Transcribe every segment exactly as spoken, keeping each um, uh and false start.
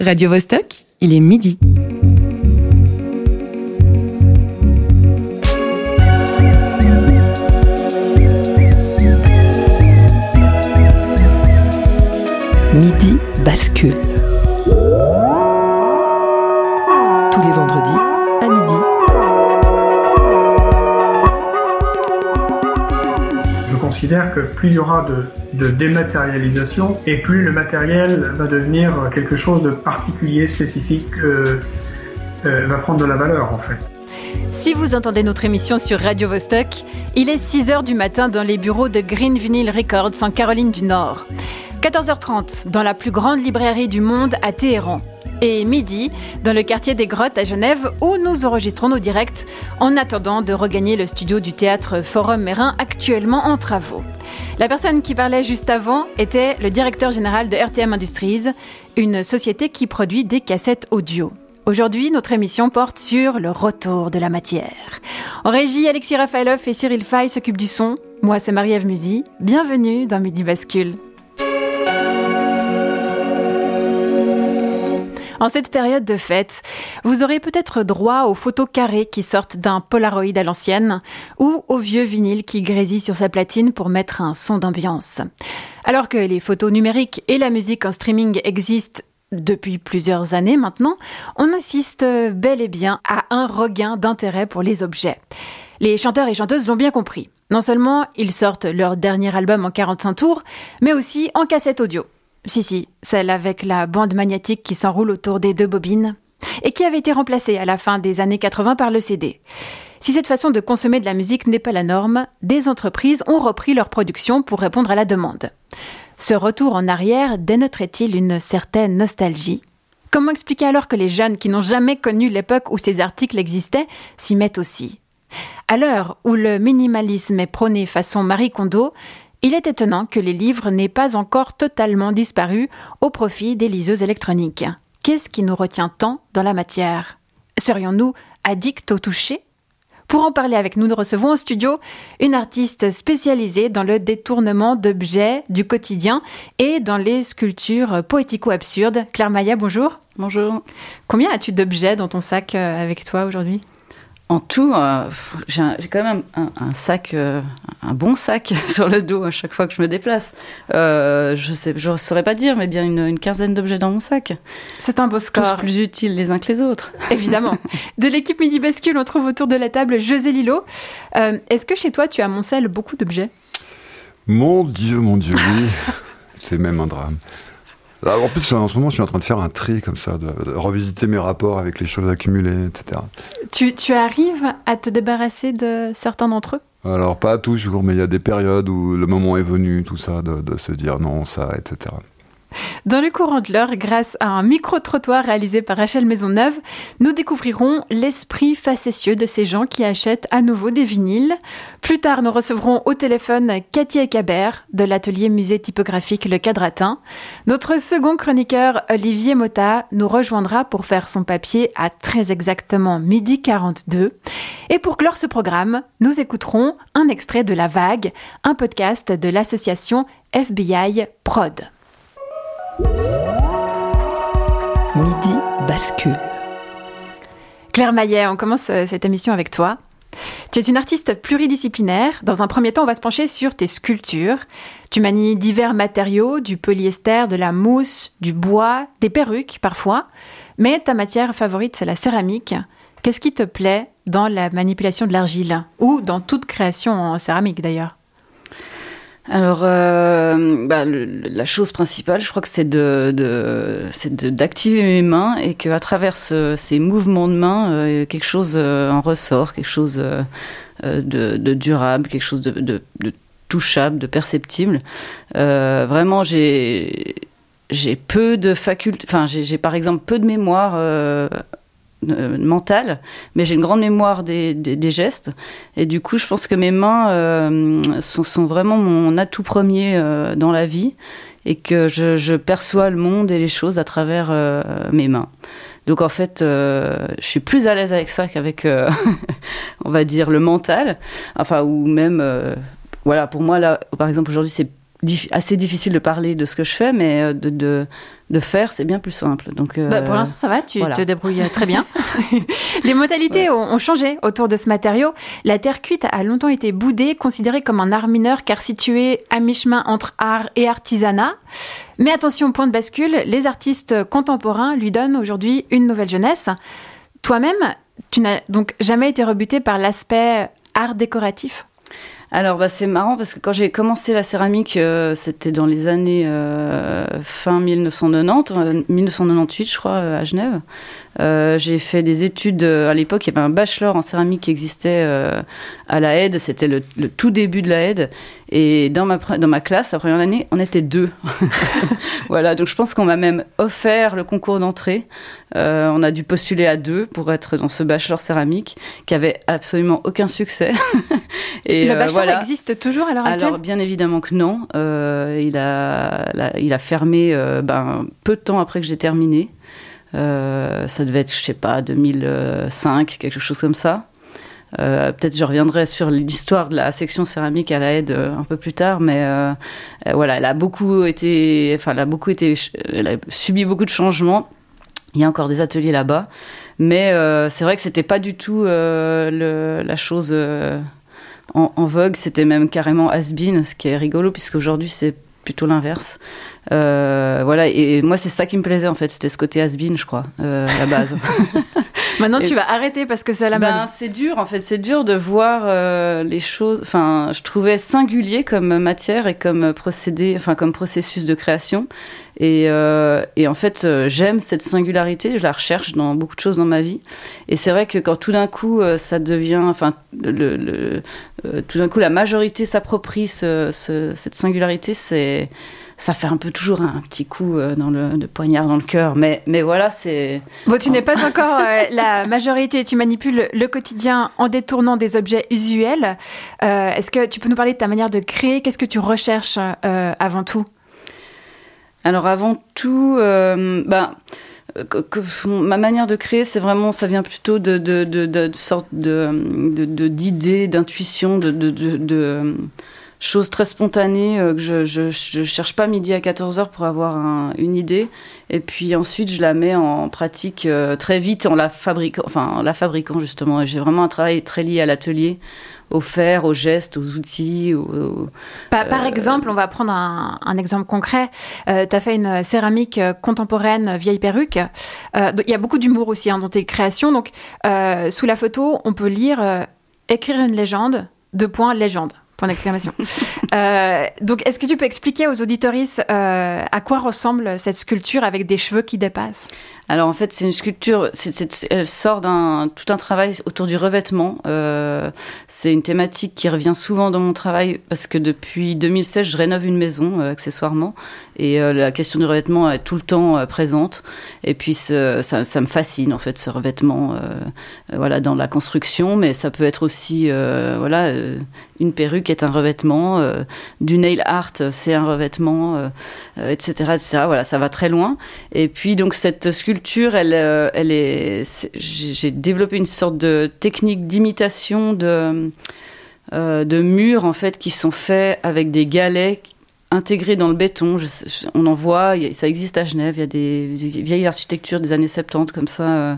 Radio Vostok, il est midi. Midi bascule. Tous les vendredis à midi. Je considère que plus il y aura de, de dématérialisation et plus le matériel va devenir quelque chose de particulier, spécifique, euh, euh, va prendre de la valeur en fait. Si vous entendez notre émission sur Radio Vostok, il est six heures du matin dans les bureaux de Green Vinyl Records en Caroline du Nord. quatorze heures trente dans la plus grande librairie du monde à Téhéran. Et midi dans le quartier des Grottes à Genève où nous enregistrons nos directs en attendant de regagner le studio du théâtre Forum Mérin actuellement en travaux. La personne qui parlait juste avant était le directeur général de R T M Industries, une société qui produit des cassettes audio. Aujourd'hui, notre émission porte sur le retour de la matière. En régie, Alexis Rafaelov et Cyril Fay s'occupent du son. Moi, c'est Marie-Ève Musy. Bienvenue dans Midi Bascule. En cette période de fête, vous aurez peut-être droit aux photos carrées qui sortent d'un Polaroid à l'ancienne ou au vieux vinyle qui grésille sur sa platine pour mettre un son d'ambiance. Alors que les photos numériques et la musique en streaming existent depuis plusieurs années maintenant, on assiste bel et bien à un regain d'intérêt pour les objets. Les chanteurs et chanteuses l'ont bien compris. Non seulement ils sortent leur dernier album en quarante-cinq tours, mais aussi en cassette audio. Si, si, celle avec la bande magnétique qui s'enroule autour des deux bobines et qui avait été remplacée à la fin des années quatre-vingts par le C D. Si cette façon de consommer de la musique n'est pas la norme, des entreprises ont repris leur production pour répondre à la demande. Ce retour en arrière dénoterait-il une certaine nostalgie ? Comment expliquer alors que les jeunes qui n'ont jamais connu l'époque où ces articles existaient s'y mettent aussi ? À l'heure où le minimalisme est prôné façon Marie Kondo, il est étonnant que les livres n'aient pas encore totalement disparu au profit des liseuses électroniques. Qu'est-ce qui nous retient tant dans la matière ? Serions-nous addicts au toucher ? Pour en parler avec nous, nous recevons au studio une artiste spécialisée dans le détournement d'objets du quotidien et dans les sculptures poético-absurdes. Claire Maillat, bonjour. Bonjour. Combien as-tu d'objets dans ton sac avec toi aujourd'hui ? En tout, euh, j'ai, un, j'ai quand même un, un, un sac, euh, un bon sac sur le dos à chaque fois que je me déplace. Euh, je sais, je ne saurais pas dire, mais bien une, une quinzaine d'objets dans mon sac. C'est un beau score. Tous plus utiles les uns que les autres. Évidemment. De l'équipe Midi Bascule, on trouve autour de la table José Lillo. Euh, est-ce que chez toi, tu amoncelles beaucoup d'objets ? Mon Dieu, mon Dieu, oui. C'est même un drame. En plus, en ce moment, je suis en train de faire un tri comme ça, de, de revisiter mes rapports avec les choses accumulées, et cetera. Tu, tu arrives à te débarrasser de certains d'entre eux ? Alors, pas toujours, mais il y a des périodes où le moment est venu, tout ça, de, de se dire non, ça, et cetera. Dans le courant de l'heure, grâce à un micro-trottoir réalisé par Rachel Maisonneuve, nous découvrirons l'esprit facétieux de ces gens qui achètent à nouveau des vinyles. Plus tard, nous recevrons au téléphone Cathy Ecabert de l'atelier musée typographique Le Quadratin. Notre second chroniqueur, Olivier Motta, nous rejoindra pour faire son papier à très exactement midi quarante-deux. Et pour clore ce programme, nous écouterons un extrait de La Vague, un podcast de l'association F B I Prod. Midi bascule. Claire Maillet, on commence cette émission avec toi. Tu es une artiste pluridisciplinaire. Dans un premier temps, on va se pencher sur tes sculptures. Tu manies divers matériaux, du polyester, de la mousse, du bois, des perruques parfois. Mais ta matière favorite, c'est la céramique. Qu'est-ce qui te plaît dans la manipulation de l'argile ? Ou dans toute création en céramique d'ailleurs ? Alors, euh, bah, le, la chose principale, je crois que c'est, de, de, c'est de, d'activer mes mains et qu'à travers ce, ces mouvements de mains, euh, quelque chose euh, en ressort, quelque chose euh, de, de durable, quelque chose de, de, de touchable, de perceptible. Euh, vraiment, j'ai, j'ai peu de facultés, enfin, j'ai, j'ai par exemple peu de mémoire euh, Euh, mentale, mais j'ai une grande mémoire des, des, des gestes, et du coup je pense que mes mains euh, sont, sont vraiment mon atout premier euh, dans la vie, et que je, je perçois le monde et les choses à travers euh, mes mains. Donc en fait euh, je suis plus à l'aise avec ça qu'avec euh, on va dire le mental, enfin, ou même euh, voilà, pour moi là par exemple aujourd'hui c'est dif- assez difficile de parler de ce que je fais, mais de, de, de faire, c'est bien plus simple. Donc, euh, bah, pour l'instant, ça va, tu voilà. te débrouilles très bien. Les modalités ouais. ont, ont changé autour de ce matériau. La terre cuite a longtemps été boudée, considérée comme un art mineur, car située à mi-chemin entre art et artisanat. Mais attention, point de bascule, les artistes contemporains lui donnent aujourd'hui une nouvelle jeunesse. Toi-même, tu n'as donc jamais été rebuté par l'aspect art décoratif ? Alors, bah, c'est marrant parce que quand j'ai commencé la céramique, euh, c'était dans les années euh, fin dix-neuf cent quatre-vingt-dix, euh, dix-neuf cent quatre-vingt-dix, je crois, euh, à Genève. Euh, j'ai fait des études, euh, à l'époque, il y avait un bachelor en céramique qui existait euh, à la Aide, c'était le, le tout début de la Aide. Et dans ma, dans ma classe, la première année, on était deux. Voilà, donc je pense qu'on m'a même offert le concours d'entrée. Euh, on a dû postuler à deux pour être dans ce bachelor céramique qui avait absolument aucun succès. Et le bachelor euh, voilà. existe toujours à l'heure actuelle ? Alors, bien évidemment que non. Euh, il, a, la, il a fermé euh, ben, peu de temps après que j'ai terminé. Euh, ça devait être, je sais pas, deux mille cinq, quelque chose comme ça. Euh, peut-être je reviendrai sur l'histoire de la section céramique à la Aide euh, un peu plus tard, mais euh, euh, voilà, elle a beaucoup été, enfin, elle a beaucoup été, elle a subi beaucoup de changements. Il y a encore des ateliers là-bas, mais euh, c'est vrai que c'était pas du tout euh, le, la chose euh, en, en vogue. C'était même carrément has-been, ce qui est rigolo puisqu'aujourd'hui c'est plutôt l'inverse. Euh, voilà, et moi c'est ça qui me plaisait en fait, c'était ce côté has-been, je crois, euh, à la base. Maintenant, et tu vas arrêter parce que c'est à la ben, mode. C'est dur, en fait. C'est dur de voir euh, les choses... Enfin, je trouvais singulier comme matière et comme procédé, enfin, comme processus de création. Et, euh, et en fait, euh, j'aime cette singularité. Je la recherche dans beaucoup de choses dans ma vie. Et c'est vrai que quand tout d'un coup, euh, ça devient... Enfin, le, le, euh, tout d'un coup, la majorité s'approprie ce, ce, cette singularité, c'est... Ça fait un peu toujours un petit coup dans le, de poignard dans le cœur. Mais, mais voilà, c'est... Bon, tu n'es pas encore euh, la majorité. Tu manipules le quotidien en détournant des objets usuels. Euh, est-ce que tu peux nous parler de ta manière de créer ? Qu'est-ce que tu recherches euh, avant tout ? Alors, avant tout... Euh, ben, que, que, ma manière de créer, c'est vraiment... Ça vient plutôt de, de, de, de, de sorte de, de, de, d'idées, d'intuition, de... de, de, de chose très spontanée, euh, que je, je, je cherche pas midi à quatorze heures pour avoir un, une idée. Et puis ensuite, je la mets en pratique euh, très vite en la fabriquant, enfin, en la fabriquant justement. Et j'ai vraiment un travail très lié à l'atelier, au faire, aux gestes, aux outils. Aux, aux, par, par euh, exemple, on va prendre un, un exemple concret. Euh, tu as fait une céramique contemporaine vieille perruque. Euh, il y a beaucoup d'humour aussi hein, dans tes créations. Donc, euh, sous la photo, on peut lire euh, « Écrire une légende », deux points, légende. Point d'exclamation. euh, donc, est-ce que tu peux expliquer aux auditoristes euh, à quoi ressemble cette sculpture avec des cheveux qui dépassent ? Alors, en fait, c'est une sculpture, c'est, c'est, elle sort d'un tout un travail autour du revêtement. Euh, c'est une thématique qui revient souvent dans mon travail parce que depuis deux mille seize, je rénove une maison, euh, accessoirement. Et euh, la question du revêtement est tout le temps euh, présente. Et puis, ce, ça, ça me fascine, en fait, ce revêtement euh, euh, voilà, dans la construction. Mais ça peut être aussi, euh, voilà, euh, une perruque est un revêtement, euh, du nail art, c'est un revêtement, euh, euh, et cetera, et cetera. Voilà, ça va très loin. Et puis, donc, cette sculpture, elle, euh, elle est, c'est, j'ai, j'ai développé une sorte de technique d'imitation de, euh, de murs, en fait, qui sont faits avec des galets intégrés dans le béton. Je, je, on en voit, ça existe à Genève, il y a des, des vieilles architectures des années soixante-dix comme ça. Euh,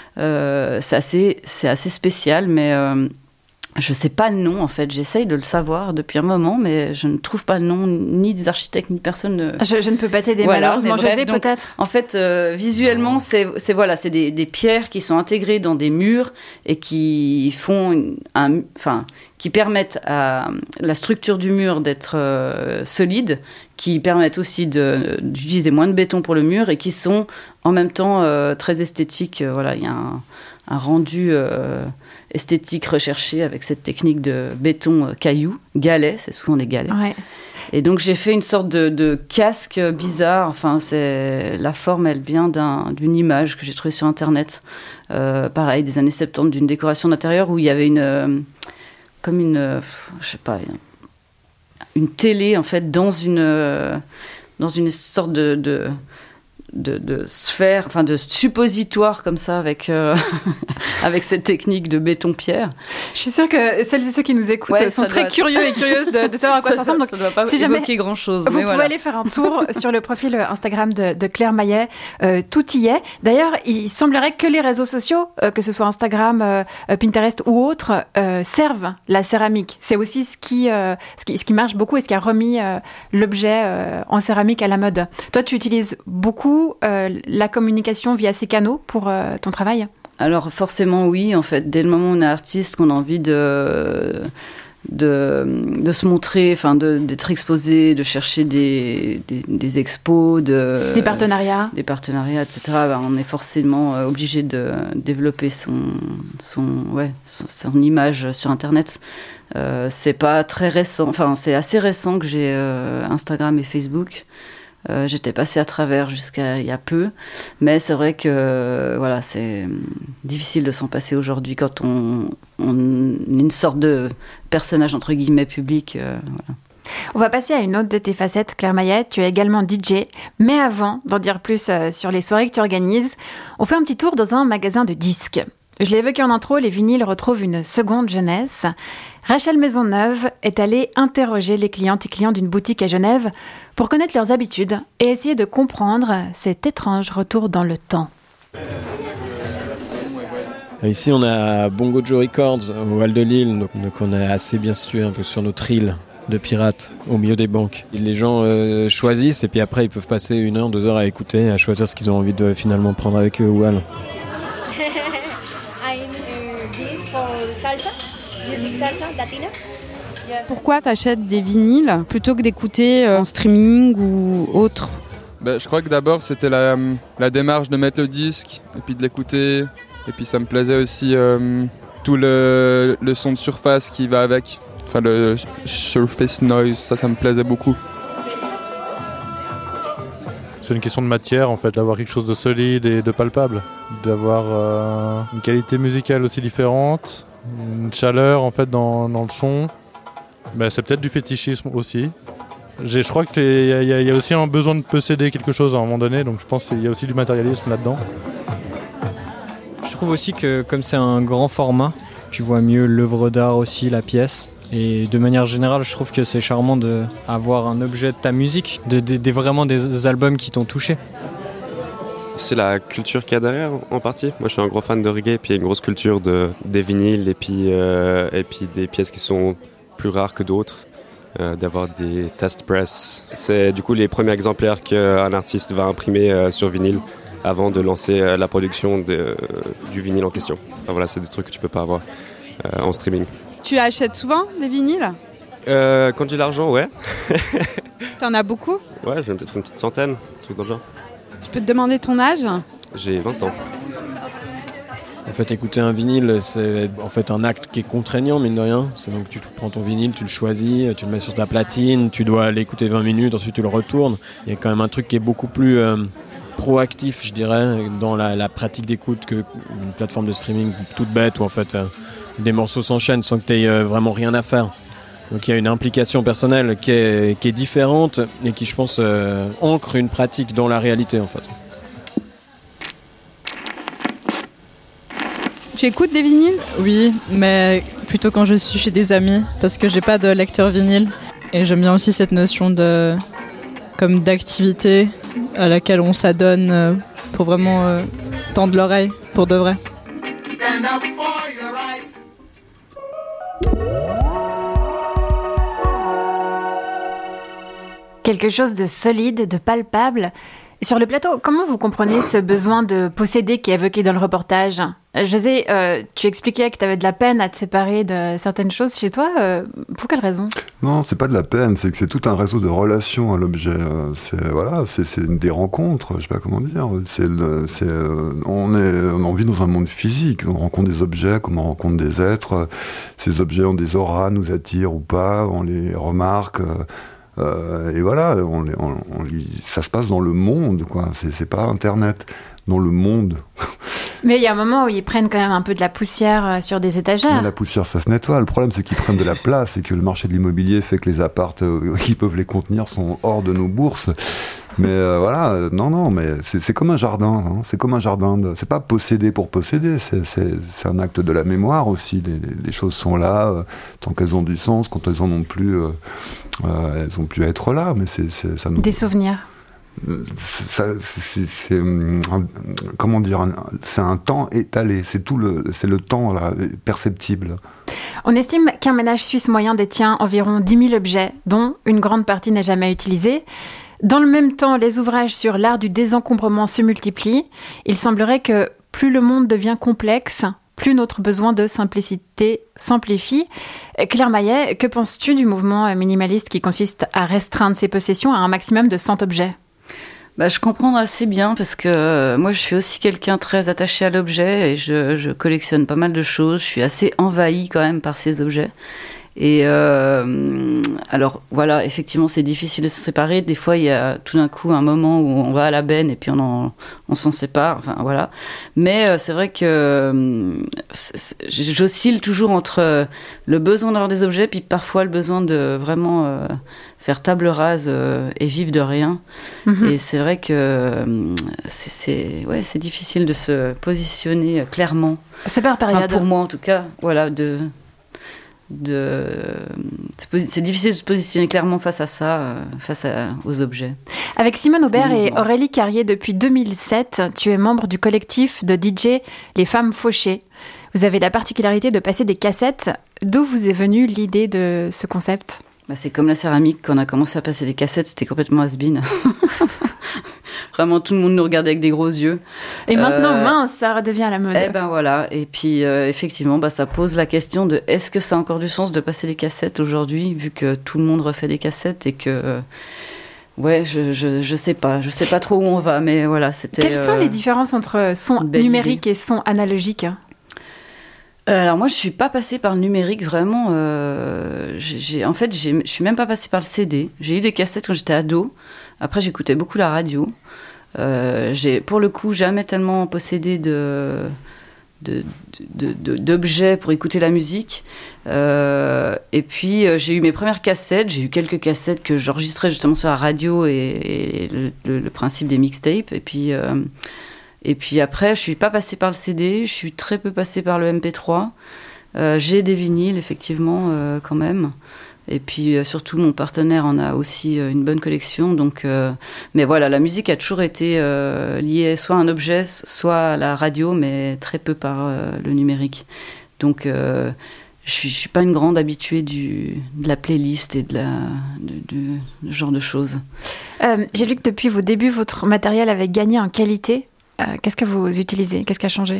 euh, c'est, assez, c'est assez spécial, mais... Euh, je ne sais pas le nom, en fait. J'essaye de le savoir depuis un moment, mais je ne trouve pas le nom ni des architectes, ni personne. Ne... Je, je ne peux pas t'aider, voilà, malheureusement. Je sais peut-être. En fait, euh, visuellement, c'est, c'est, voilà, c'est des, des pierres qui sont intégrées dans des murs et qui font un, enfin, qui permettent à la structure du mur d'être euh, solide, qui permettent aussi de, d'utiliser moins de béton pour le mur et qui sont en même temps euh, très esthétiques. Voilà, il y a un, un rendu... Euh, esthétique recherchée avec cette technique de béton euh, caillou, galet, c'est souvent des galets. Ouais. Et donc j'ai fait une sorte de, de casque bizarre. Enfin, c'est la forme, elle vient d'un, d'une image que j'ai trouvée sur internet, euh, pareil des années soixante-dix, d'une décoration d'intérieur où il y avait une, euh, comme une, euh, je sais pas, une, une télé en fait dans une, euh, dans une sorte de, de de, de sphères, enfin de suppositoires comme ça avec, euh, avec cette technique de béton-pierre. Je suis sûre que celles et ceux qui nous écoutent ouais, sont très être... curieux et curieuses de, de savoir à quoi ça, ça ressemble. Donc, ça ne doit pas si évoquer grand-chose. Vous mais pouvez voilà. aller faire un tour sur le profil Instagram de, de Claire Maillet. Euh, tout y est. D'ailleurs, il semblerait que les réseaux sociaux, euh, que ce soit Instagram, euh, Pinterest ou autres, euh, servent la céramique. C'est aussi ce qui, euh, ce qui, ce qui marche beaucoup et ce qui a remis euh, l'objet euh, en céramique à la mode. Toi, tu utilises beaucoup euh, la communication via ces canaux pour euh, ton travail ? Alors forcément oui, en fait, dès le moment où on est artiste, qu'on a envie de, de, de se montrer, enfin de, d'être exposé, de chercher des, des, des expos, de, des partenariats, des partenariats, et cetera. Ben, on est forcément obligé de développer son, son, ouais, son, son image sur Internet. Euh, c'est pas très récent, enfin c'est assez récent que j'ai euh, Instagram et Facebook. Euh, j'étais passée à travers jusqu'à il y a peu, mais c'est vrai que euh, voilà, c'est difficile de s'en passer aujourd'hui quand on, on est une sorte de personnage entre guillemets public. Euh, voilà. On va passer à une autre de tes facettes, Claire Maillet. Tu es également D J, mais avant d'en dire plus euh, sur les soirées que tu organises, on fait un petit tour dans un magasin de disques. Je l'ai évoqué en intro, les vinyles retrouvent une seconde jeunesse. Rachel Maisonneuve est allée interroger les clientes et clients d'une boutique à Genève pour connaître leurs habitudes et essayer de comprendre cet étrange retour dans le temps. Ici, on a Bongo Joe Records au Hall de Lille, donc, donc on est assez bien situé un peu sur notre île de pirates au milieu des banques. Les gens euh, choisissent et puis après ils peuvent passer une heure, deux heures à écouter, à choisir ce qu'ils ont envie de finalement prendre avec eux ou Hall. Pourquoi tu achètes des vinyles plutôt que d'écouter en streaming ou autre ? Ben, je crois que d'abord c'était la, la démarche de mettre le disque et puis de l'écouter. Et puis ça me plaisait aussi euh, tout le, le son de surface qui va avec. Enfin le surface noise, ça, ça me plaisait beaucoup. C'est une question de matière en fait, d'avoir quelque chose de solide et de palpable. D'avoir euh, une qualité musicale aussi différente, une chaleur en fait dans, dans le son. Ben, c'est peut-être du fétichisme aussi. J'ai, je crois qu'il y, y, y a aussi un besoin de posséder quelque chose à un moment donné, donc je pense qu'il y a aussi du matérialisme là-dedans. Je trouve aussi que comme c'est un grand format, tu vois mieux l'œuvre d'art aussi, la pièce. Et de manière générale, je trouve que c'est charmant d'avoir un objet de ta musique, de, de, de vraiment des albums qui t'ont touché. C'est la culture qu'il y a derrière en partie. Moi je suis un gros fan de reggae, puis il y a une grosse culture de, des vinyles et puis, euh, et puis des pièces qui sont plus rares que d'autres, euh, d'avoir des test press. C'est du coup les premiers exemplaires qu'un artiste va imprimer euh, sur vinyle avant de lancer euh, la production de, euh, du vinyle en question. Enfin, voilà, c'est des trucs que tu peux pas avoir euh, en streaming. Tu achètes souvent des vinyles ? euh, Quand j'ai l'argent, ouais. T'en as beaucoup ? Ouais, j'ai peut-être une petite centaine, un truc dans le genre. Je peux te demander ton âge ? J'ai vingt ans. En fait, écouter un vinyle, c'est en fait un acte qui est contraignant, mine de rien. C'est donc tu prends ton vinyle, tu le choisis, tu le mets sur ta platine, tu dois l'écouter vingt minutes, ensuite tu le retournes. Il y a quand même un truc qui est beaucoup plus euh, proactif, je dirais, dans la, la pratique d'écoute qu'une plateforme de streaming toute bête où en fait euh, des morceaux s'enchaînent sans que tu aies euh, vraiment rien à faire. Donc il y a une implication personnelle qui est, qui est différente et qui, je pense, euh, ancre une pratique dans la réalité en fait. Tu écoutes des vinyles ? Oui, mais plutôt quand je suis chez des amis, parce que j'ai pas de lecteur vinyle. Et j'aime bien aussi cette notion de, comme d'activité à laquelle on s'adonne pour vraiment euh, tendre l'oreille, pour de vrai. Quelque chose de solide, de palpable. Sur le plateau, comment vous comprenez ce besoin de posséder qui est évoqué dans le reportage ? José, euh, tu expliquais que tu avais de la peine à te séparer de certaines choses chez toi. Euh, pour quelle raison ? Non, c'est pas de la peine, c'est que c'est tout un réseau de relations à l'objet. C'est, voilà, c'est, c'est des rencontres, je sais pas comment dire. C'est le, c'est, on, est, on vit dans un monde physique, on rencontre des objets comme on rencontre des êtres. Ces objets ont des auras, nous attirent ou pas, on les remarque. Euh, et voilà, on, on, on, ça se passe dans le monde, quoi. C'est, c'est pas Internet, dans le monde. Mais il y a un moment où ils prennent quand même un peu de la poussière sur des étagères. Mais la poussière, ça se nettoie. Le problème, c'est qu'ils prennent de la place et que le marché de l'immobilier fait que les apparts euh, qui peuvent les contenir sont hors de nos bourses. Mais euh, voilà, euh, non, non, mais c'est, c'est comme un jardin. Hein, c'est comme un jardin. De, c'est pas posséder pour posséder. C'est, c'est, c'est un acte de la mémoire aussi. Les, les, les choses sont là euh, tant qu'elles ont du sens. Quand elles en ont plus, euh, euh, elles ont plus à être là. Mais c'est, c'est ça nous... Des souvenirs. Ça, c'est, c'est, c'est euh, comment dire, c'est un temps étalé. C'est tout le, c'est le temps là, perceptible. On estime qu'un ménage suisse moyen détient environ dix mille objets, dont une grande partie n'est jamais utilisée. Dans le même temps, les ouvrages sur l'art du désencombrement se multiplient. Il semblerait que plus le monde devient complexe, plus notre besoin de simplicité s'amplifie. Claire Maillet, que penses-tu du mouvement minimaliste qui consiste à restreindre ses possessions à un maximum de cent objets ? Bah, je comprends assez bien parce que euh, moi je suis aussi quelqu'un très attaché à l'objet et je, je collectionne pas mal de choses. Je suis assez envahie quand même par ces objets. Et euh, alors voilà, effectivement c'est difficile de se séparer. Des fois il y a tout d'un coup un moment où on va à la benne et puis on, en, on s'en sépare. Enfin voilà. Mais euh, c'est vrai que euh, c'est, c'est, j'oscille toujours entre le besoin d'avoir des objets puis parfois le besoin de vraiment euh, faire table rase euh, et vivre de rien. Mmh. Et c'est vrai que euh, c'est, c'est, ouais, c'est difficile de se positionner clairement. C'est par période. Enfin, pour moi en tout cas, voilà de. De... C'est difficile de se positionner clairement face à ça, euh, face à, aux objets. Avec Simone Aubert et Aurélie Carrier, depuis deux mille sept, tu es membre du collectif de D J Les Femmes Fauchées. Vous avez la particularité de passer des cassettes. D'où vous est venue l'idée de ce concept ? Bah, c'est comme la céramique, quand on a commencé à passer des cassettes, c'était complètement has-been. Vraiment, tout le monde nous regardait avec des gros yeux. Et maintenant, euh, mince, ça redevient à la mode. Eh ben voilà. Et puis, euh, effectivement, bah, ça pose la question de est-ce que ça a encore du sens de passer des cassettes aujourd'hui, vu que tout le monde refait des cassettes et que... Euh, ouais, je, je, je sais pas. Je sais pas trop où on va, mais voilà, c'était... Quelles sont euh, les différences entre son numérique idée. et son analogique ? Alors moi, je suis pas passée par le numérique vraiment. Euh, j'ai, j'ai, en fait, j'ai, je suis même pas passée par le C D. J'ai eu des cassettes quand j'étais ado. Après, j'écoutais beaucoup la radio. Euh, j'ai, pour le coup, jamais tellement possédé de, de, de, de, d'objets pour écouter la musique. Euh, et puis, euh, j'ai eu mes premières cassettes. J'ai eu quelques cassettes que j'enregistrais justement sur la radio et, et le, le, le principe des mixtapes. Et puis... Euh, Et puis après, je suis pas passée par le C D, je suis très peu passée par le M P trois. Euh, j'ai des vinyles, effectivement, euh, quand même. Et puis euh, surtout, mon partenaire en a aussi euh, une bonne collection. Donc, euh, mais voilà, la musique a toujours été euh, liée soit à un objet, soit à la radio, mais très peu par euh, le numérique. Donc, euh, je suis, je suis pas une grande habituée du, de la playlist et de la, de, de, de ce genre de choses. Euh, j'ai lu que depuis vos débuts, votre matériel avait gagné en qualité. Euh, qu'est-ce que vous utilisez ? Qu'est-ce qui a changé ?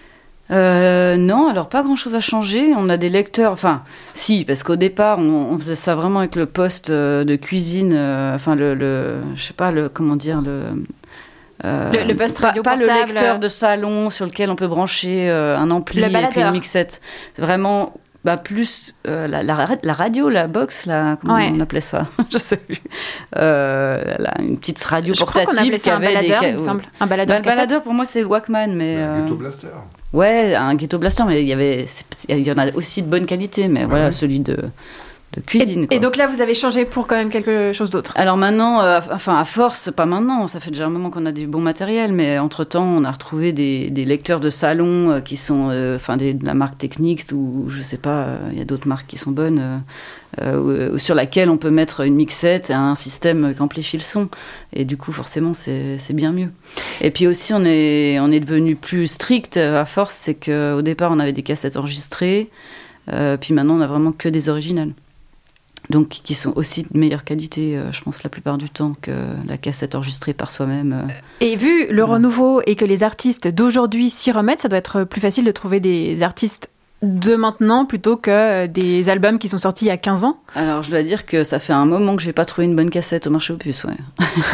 euh, Non, alors pas grand-chose a changé. On a des lecteurs, enfin, si, parce qu'au départ, on, on faisait ça vraiment avec le poste de cuisine, euh, enfin, le, le, je sais pas, le, comment dire, le... Euh, le, le poste radio pas, portable, pas le lecteur de salon sur lequel on peut brancher euh, un ampli le et puis une mixette. C'est vraiment... Bah plus euh, la, la, la radio, la box, la, comment ouais. on appelait ça ? Je sais plus. Euh, la, une petite radio Je portative crois qu'on appelait ça un baladeur, des... il me semble. Un baladeur. Bah, baladeur pour moi c'est le Walkman, mais. Un euh... ghetto blaster. Ouais, un ghetto blaster, mais il y avait, il y en a aussi de bonne qualité, mais ouais. voilà celui de. de cuisine. Et, quoi. et donc là, vous avez changé pour quand même quelque chose d'autre ? Alors maintenant, euh, enfin à force, pas maintenant, ça fait déjà un moment qu'on a du bon matériel, mais entre-temps, on a retrouvé des, des lecteurs de salon euh, qui sont, enfin euh, de la marque Technics ou je sais pas, il euh, y a d'autres marques qui sont bonnes, euh, euh, sur laquelle on peut mettre une mixette et un système qui amplifie le son. Et du coup, forcément, c'est, c'est bien mieux. Et puis aussi, on est, on est devenu plus strict à force, c'est qu'au départ, on avait des cassettes enregistrées, euh, puis maintenant, on a vraiment que des originales. Donc, qui sont aussi de meilleure qualité, euh, je pense, la plupart du temps, que la cassette enregistrée par soi-même. Euh. Et vu le renouveau et que les artistes d'aujourd'hui s'y remettent, ça doit être plus facile de trouver des artistes de maintenant plutôt que des albums qui sont sortis il y a quinze ans ? Alors, je dois dire que ça fait un moment que je n'ai pas trouvé une bonne cassette au marché aux puces, ouais.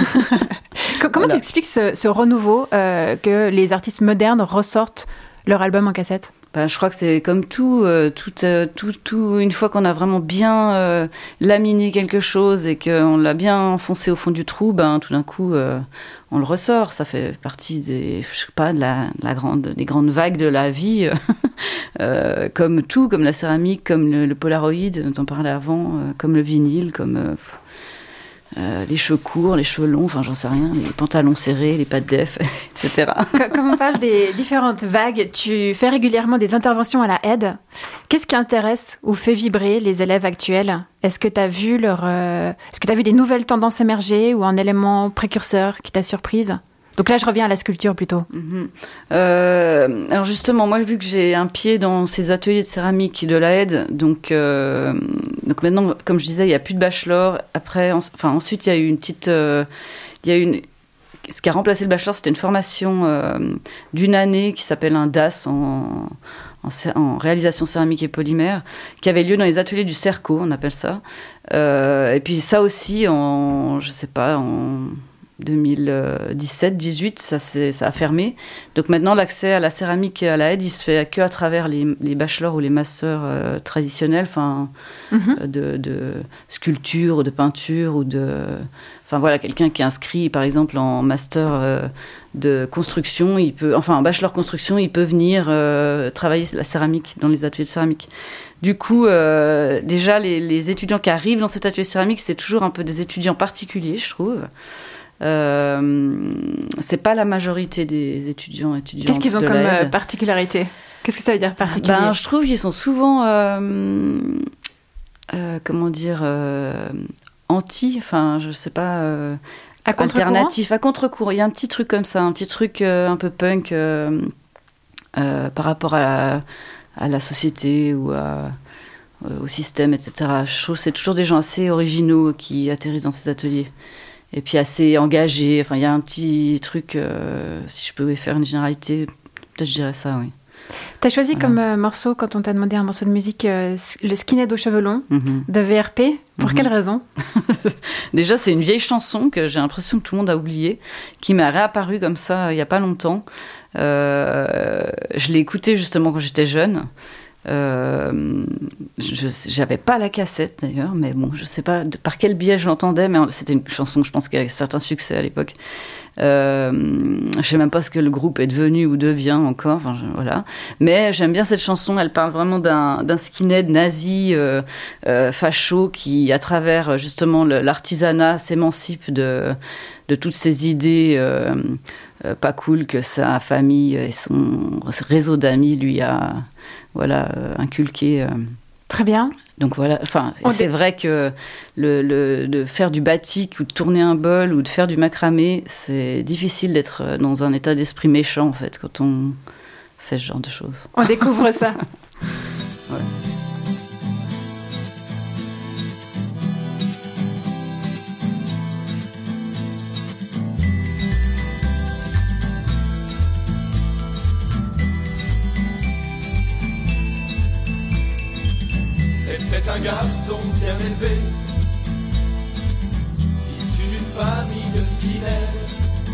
Comment voilà. tu expliques ce, ce renouveau, euh, que les artistes modernes ressortent leur album en cassette ? Bah, je crois que c'est comme tout, euh, tout, euh, tout, tout, une fois qu'on a vraiment bien euh, laminé quelque chose et qu'on l'a bien enfoncé au fond du trou, ben, tout d'un coup, euh, on le ressort. Ça fait partie des, je sais pas, de la, de la grande, des grandes vagues de la vie, euh, comme tout, comme la céramique, comme le, le Polaroid dont on parlait avant, euh, comme le vinyle, comme... Euh, euh, les cheveux courts, les cheveux longs, enfin j'en sais rien, les pantalons serrés, les pas de def, et cetera. Comme on parle des différentes vagues, tu fais régulièrement des interventions à la A E D. Qu'est-ce qui intéresse ou fait vibrer les élèves actuels ? Est-ce que tu as vu leur, euh, est-ce que tu as vu des nouvelles tendances émerger ou un élément précurseur qui t'a surprise ? Donc là, je reviens à la sculpture plutôt. Mmh. Euh, alors justement, moi, vu que j'ai un pied dans ces ateliers de céramique de l'A E D, donc, euh, donc maintenant, comme je disais, il n'y a plus de bachelor. Après, en, enfin, ensuite, il y a eu une petite... Euh, il y a une, ce qui a remplacé le bachelor, c'était une formation euh, d'une année qui s'appelle un D A S en, en, en réalisation céramique et polymère, qui avait lieu dans les ateliers du CERCO, on appelle ça. Euh, et puis ça aussi, en, je sais pas, en... deux mille dix-sept dix-huit, ça, ça a fermé. Donc maintenant, l'accès à la céramique et à la A E D, il se fait que à travers les, les bachelors ou les masters euh, traditionnels, enfin, mm-hmm. de, de sculpture, de peinture ou de... Enfin voilà, quelqu'un qui est inscrit, par exemple, en master euh, de construction, il peut, enfin, en bachelor construction, il peut venir euh, travailler la céramique dans les ateliers de céramique. Du coup, euh, déjà, les, les étudiants qui arrivent dans cet atelier de céramique, c'est toujours un peu des étudiants particuliers, je trouve. Euh, c'est pas la majorité des étudiants étudiantes. Qu'est-ce qu'ils ont de comme l'A E D. particularité ? Qu'est-ce que ça veut dire particulier ? Ben, je trouve qu'ils sont souvent, euh, euh, comment dire, euh, anti, enfin, je sais pas, euh, à alternatif, à contre-courant. Il y a un petit truc comme ça, un petit truc euh, un peu punk euh, euh, par rapport à la, à la société ou à, euh, au système, et cetera. Je trouve que c'est toujours des gens assez originaux qui atterrissent dans ces ateliers. Et puis assez engagé. Enfin, il y a un petit truc, euh, si je pouvais faire une généralité, peut-être je dirais ça, oui. T'as choisi Voilà. comme euh, morceau, quand on t'a demandé un morceau de musique, euh, le Skinhead aux cheveux longs, mm-hmm. de V R P. Pour mm-hmm. quelle raison ? Déjà, c'est une vieille chanson que j'ai l'impression que tout le monde a oubliée, qui m'est réapparue comme ça il n'y a pas longtemps. Euh, je l'ai écoutée justement quand j'étais jeune. Euh, je n'avais pas la cassette d'ailleurs, mais bon, je sais pas de, par quel biais je l'entendais, mais c'était une chanson, je pense, qui avait certain succès à l'époque. Euh, je sais même pas ce que le groupe est devenu ou devient encore, enfin, je, voilà. Mais j'aime bien cette chanson, elle parle vraiment d'un, d'un skinhead nazi, euh, euh, facho, qui, à travers justement le, l'artisanat, s'émancipe de, de toutes ces idées euh, euh, pas cool que sa famille et son réseau d'amis lui a voilà, euh, inculqué. Euh. Très bien. Donc voilà, enfin, c'est dé... vrai que le, le, de faire du batik ou de tourner un bol ou de faire du macramé, c'est difficile d'être dans un état d'esprit méchant, en fait, quand on fait ce genre de choses. On découvre ça. Ouais. C'était un garçon bien élevé, issu d'une famille de skinheads,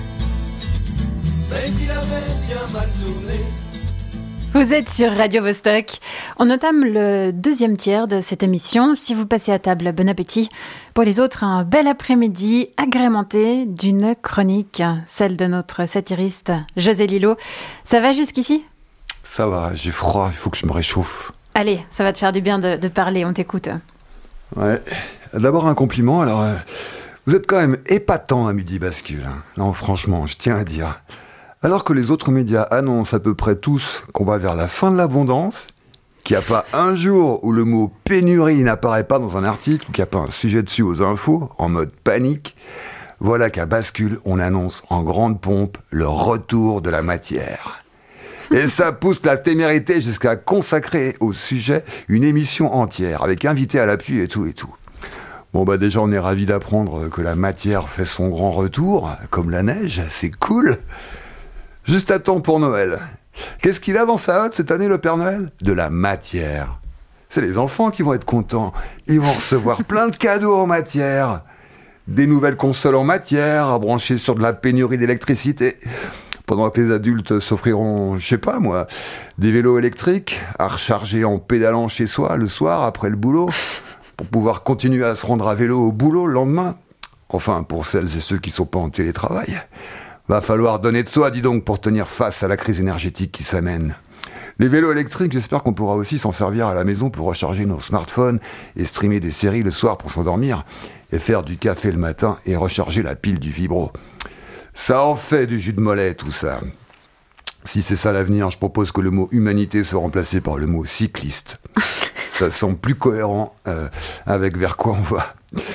mais il avait bien mal tourné. Vous êtes sur Radio Vostok. On entame le deuxième tiers de cette émission. Si vous passez à table, bon appétit. Pour les autres, un bel après-midi agrémenté d'une chronique, celle de notre satiriste José Lillo. Ça va jusqu'ici ? Ça va, j'ai froid, il faut que je me réchauffe. Allez, ça va te faire du bien de, de parler, on t'écoute. Ouais, d'abord un compliment, alors euh, vous êtes quand même épatant à Midi Bascule. Hein. Non, franchement, je tiens à dire. Alors que les autres médias annoncent à peu près tous qu'on va vers la fin de l'abondance, qu'il n'y a pas un jour où le mot pénurie n'apparaît pas dans un article, ou qu'il n'y a pas un sujet dessus aux infos, en mode panique, voilà qu'à Bascule, on annonce en grande pompe le retour de la matière. Et ça pousse la témérité jusqu'à consacrer au sujet une émission entière, avec invités à l'appui et tout et tout. Bon bah déjà on est ravis d'apprendre que la matière fait son grand retour, comme la neige, c'est cool. Juste à temps pour Noël. Qu'est-ce qu'il a dans sa hotte cette année le Père Noël ? De la matière. C'est les enfants qui vont être contents. Ils vont recevoir plein de cadeaux en matière. Des nouvelles consoles en matière, à brancher sur de la pénurie d'électricité. Pendant que les adultes s'offriront, je sais pas moi, des vélos électriques à recharger en pédalant chez soi le soir après le boulot, pour pouvoir continuer à se rendre à vélo au boulot le lendemain. Enfin, pour celles et ceux qui sont pas en télétravail. Va falloir donner de soi, dis donc, pour tenir face à la crise énergétique qui s'amène. Les vélos électriques, j'espère qu'on pourra aussi s'en servir à la maison pour recharger nos smartphones et streamer des séries le soir pour s'endormir et faire du café le matin et recharger la pile du vibro. Ça en fait du jus de mollet, tout ça. Si c'est ça l'avenir, je propose que le mot humanité soit remplacé par le mot cycliste. Ça semble plus cohérent euh, avec vers quoi on va.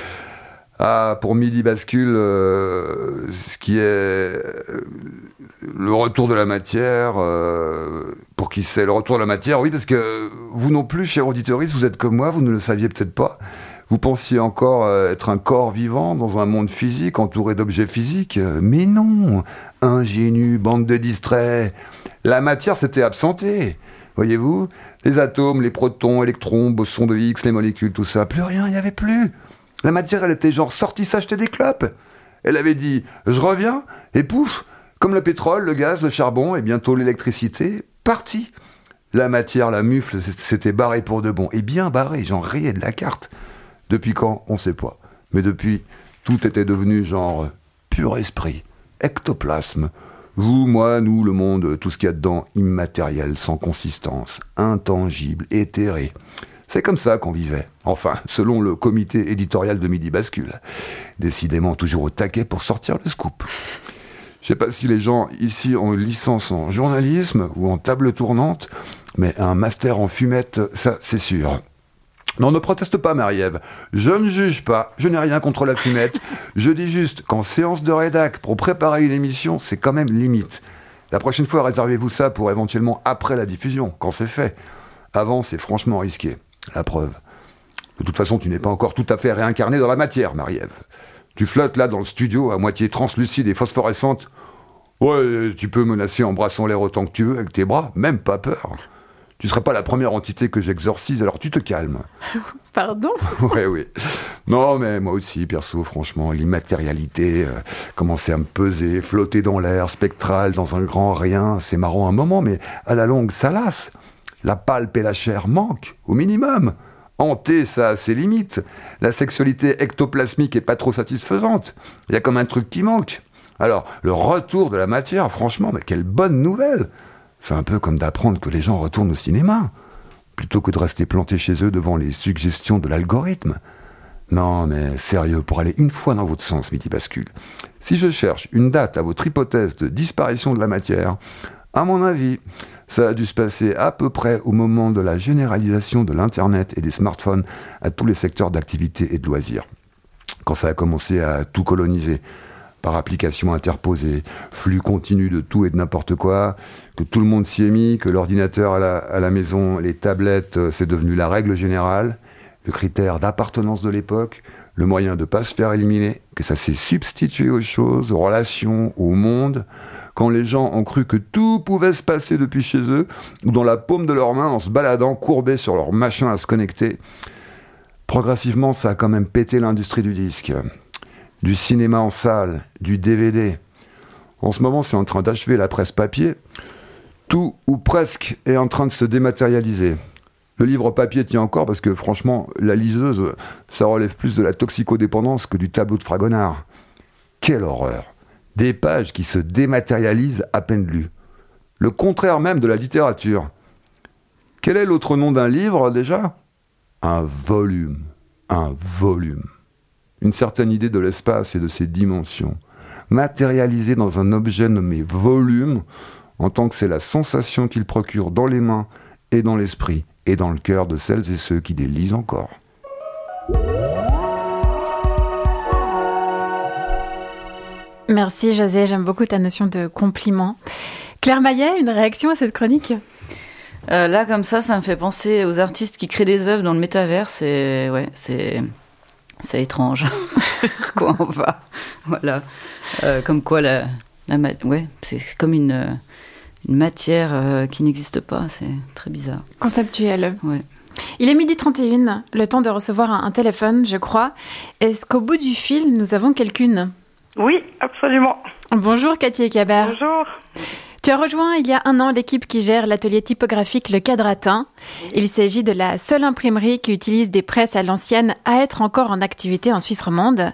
Ah, pour Midi Bascule, euh, ce qui est euh, le retour de la matière, euh, pour qui c'est le retour de la matière, oui, parce que vous non plus, chers auditeurs, vous êtes comme moi, vous ne le saviez peut-être pas. Vous pensiez encore euh, être un corps vivant dans un monde physique, entouré d'objets physiques. Mais non, ingénu, bande de distraits. La matière s'était absentée, voyez-vous. Les atomes, les protons, électrons, bosons de Higgs, les molécules, tout ça, plus rien, il n'y avait plus. La matière, elle était genre sortie s'acheter des clopes. Elle avait dit « je reviens » et pouf, comme le pétrole, le gaz, le charbon et bientôt l'électricité, parti. La matière, la mufle, s'était barrée pour de bon. Et bien barrée, j'en riais de la carte. Depuis quand, on ne sait pas. Mais depuis, tout était devenu genre pur esprit, ectoplasme. Vous, moi, nous, le monde, tout ce qu'il y a dedans, immatériel, sans consistance, intangible, éthéré. C'est comme ça qu'on vivait. Enfin, selon le comité éditorial de Midi Bascule. Décidément toujours au taquet pour sortir le scoop. Je sais pas si les gens ici ont une licence en journalisme ou en table tournante, mais un master en fumette, ça, c'est sûr. Non, ne proteste pas, Marie-Ève. Je ne juge pas, je n'ai rien contre la fumette. Je dis juste qu'en séance de rédac, pour préparer une émission, c'est quand même limite. La prochaine fois, réservez-vous ça pour éventuellement après la diffusion, quand c'est fait. Avant, c'est franchement risqué. La preuve. De toute façon, tu n'es pas encore tout à fait réincarné dans la matière, Marie-Ève. Tu flottes là dans le studio, à moitié translucide et phosphorescente. Ouais, tu peux menacer en brassant l'air autant que tu veux avec tes bras, même pas peur. Tu serais pas la première entité que j'exorcise, alors tu te calmes. Pardon ? Ouais, oui. Non, mais moi aussi, perso, franchement, l'immatérialité euh, commençait à me peser, flotter dans l'air, spectral, dans un grand rien. C'est marrant un moment, mais à la longue, ça lasse. La palpe et la chair manquent, au minimum. Hanter, ça a ses limites. La sexualité ectoplasmique est pas trop satisfaisante. Il y a comme un truc qui manque. Alors, le retour de la matière, franchement, mais quelle bonne nouvelle. C'est un peu comme d'apprendre que les gens retournent au cinéma, plutôt que de rester plantés chez eux devant les suggestions de l'algorithme. Non, mais sérieux, pour aller une fois dans votre sens, Midi Bascule, si je cherche une date à votre hypothèse de disparition de la matière, à mon avis, ça a dû se passer à peu près au moment de la généralisation de l'Internet et des smartphones à tous les secteurs d'activité et de loisirs. Quand ça a commencé à tout coloniser, par applications interposées, flux continu de tout et de n'importe quoi, que tout le monde s'y est mis, que l'ordinateur à la, à la maison, les tablettes, c'est devenu la règle générale, le critère d'appartenance de l'époque, le moyen de ne pas se faire éliminer, que ça s'est substitué aux choses, aux relations, au monde, quand les gens ont cru que tout pouvait se passer depuis chez eux, ou dans la paume de leurs mains en se baladant, courbés sur leur machin à se connecter. Progressivement, ça a quand même pété l'industrie du disque. Du cinéma en salle, du D V D. En ce moment, c'est en train d'achever la presse papier. Tout, ou presque, est en train de se dématérialiser. Le livre papier tient encore parce que, franchement, la liseuse, ça relève plus de la toxicodépendance que du tableau de Fragonard. Quelle horreur! Des pages qui se dématérialisent à peine lues. Le contraire même de la littérature. Quel est l'autre nom d'un livre, déjà ? Un volume. Un volume. Une certaine idée de l'espace et de ses dimensions, matérialisée dans un objet nommé volume, en tant que c'est la sensation qu'il procure dans les mains et dans l'esprit et dans le cœur de celles et ceux qui les lisent encore. Merci José, j'aime beaucoup ta notion de compliment. Claire Maillet, une réaction à cette chronique ? euh, Là, comme ça, ça me fait penser aux artistes qui créent des œuvres dans le métavers. C'est, ouais, c'est, c'est étrange. Quoi on va, voilà. Euh, comme quoi, la, la, ouais, c'est comme une, une matière euh, qui n'existe pas. C'est très bizarre. Conceptuel. Ouais. Il est midi trente et une, le temps de recevoir un, un téléphone, je crois. Est-ce qu'au bout du fil, nous avons quelqu'une ? Oui, absolument. Bonjour Cathy Ekabert. Bonjour. Tu as rejoint il y a un an l'équipe qui gère l'atelier typographique Le Quadratin. Il s'agit de la seule imprimerie qui utilise des presses à l'ancienne à être encore en activité en Suisse romande.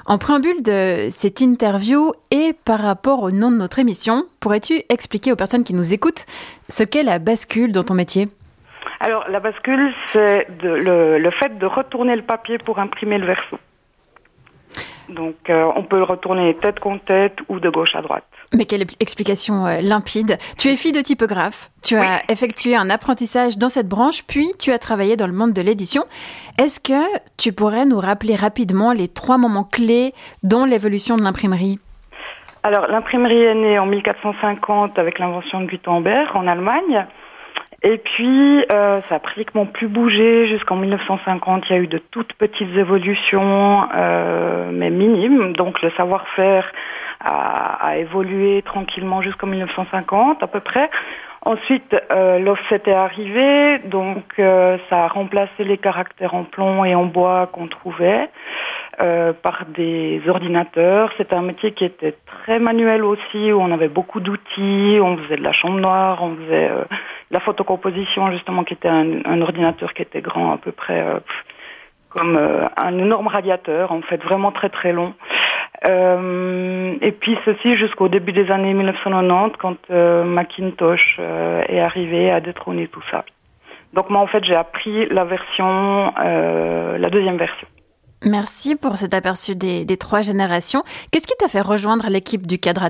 En préambule de cette interview et par rapport au nom de notre émission, pourrais-tu expliquer aux personnes qui nous écoutent ce qu'est la bascule dans ton métier ? Alors, la bascule, c'est de, le, le fait de retourner le papier pour imprimer le verso. Donc, euh, on peut le retourner tête contre tête ou de gauche à droite. Mais quelle explication euh, limpide. Tu es fille de typographe. Tu Oui. as effectué un apprentissage dans cette branche, puis tu as travaillé dans le monde de l'édition. Est-ce que tu pourrais nous rappeler rapidement les trois moments clés dans l'évolution de l'imprimerie ? Alors, l'imprimerie est née en mille quatre cent cinquante avec l'invention de Gutenberg en Allemagne. Et puis, euh, ça a pratiquement plus bougé jusqu'en mille neuf cent cinquante. Il y a eu de toutes petites évolutions, euh, mais minimes. Donc, le savoir-faire a, a évolué tranquillement jusqu'en mille neuf cent cinquante à peu près. Ensuite, euh, l'offset est arrivé, donc euh, ça a remplacé les caractères en plomb et en bois qu'on trouvait euh, par des ordinateurs. C'était un métier qui était très manuel aussi, où on avait beaucoup d'outils, on faisait de la chambre noire, on faisait euh, de la photocomposition justement, qui était un, un ordinateur qui était grand à peu près euh, comme euh, un énorme radiateur, en fait, vraiment très très long. Euh, et puis ceci jusqu'au début des années mille neuf cent quatre-vingt-dix, quand euh, Macintosh euh, est arrivé à détrôner tout ça. Donc moi en fait j'ai appris la version, euh, la deuxième version. Merci pour cet aperçu des, des trois générations. Qu'est-ce qui t'a fait rejoindre l'équipe du Quadratin ?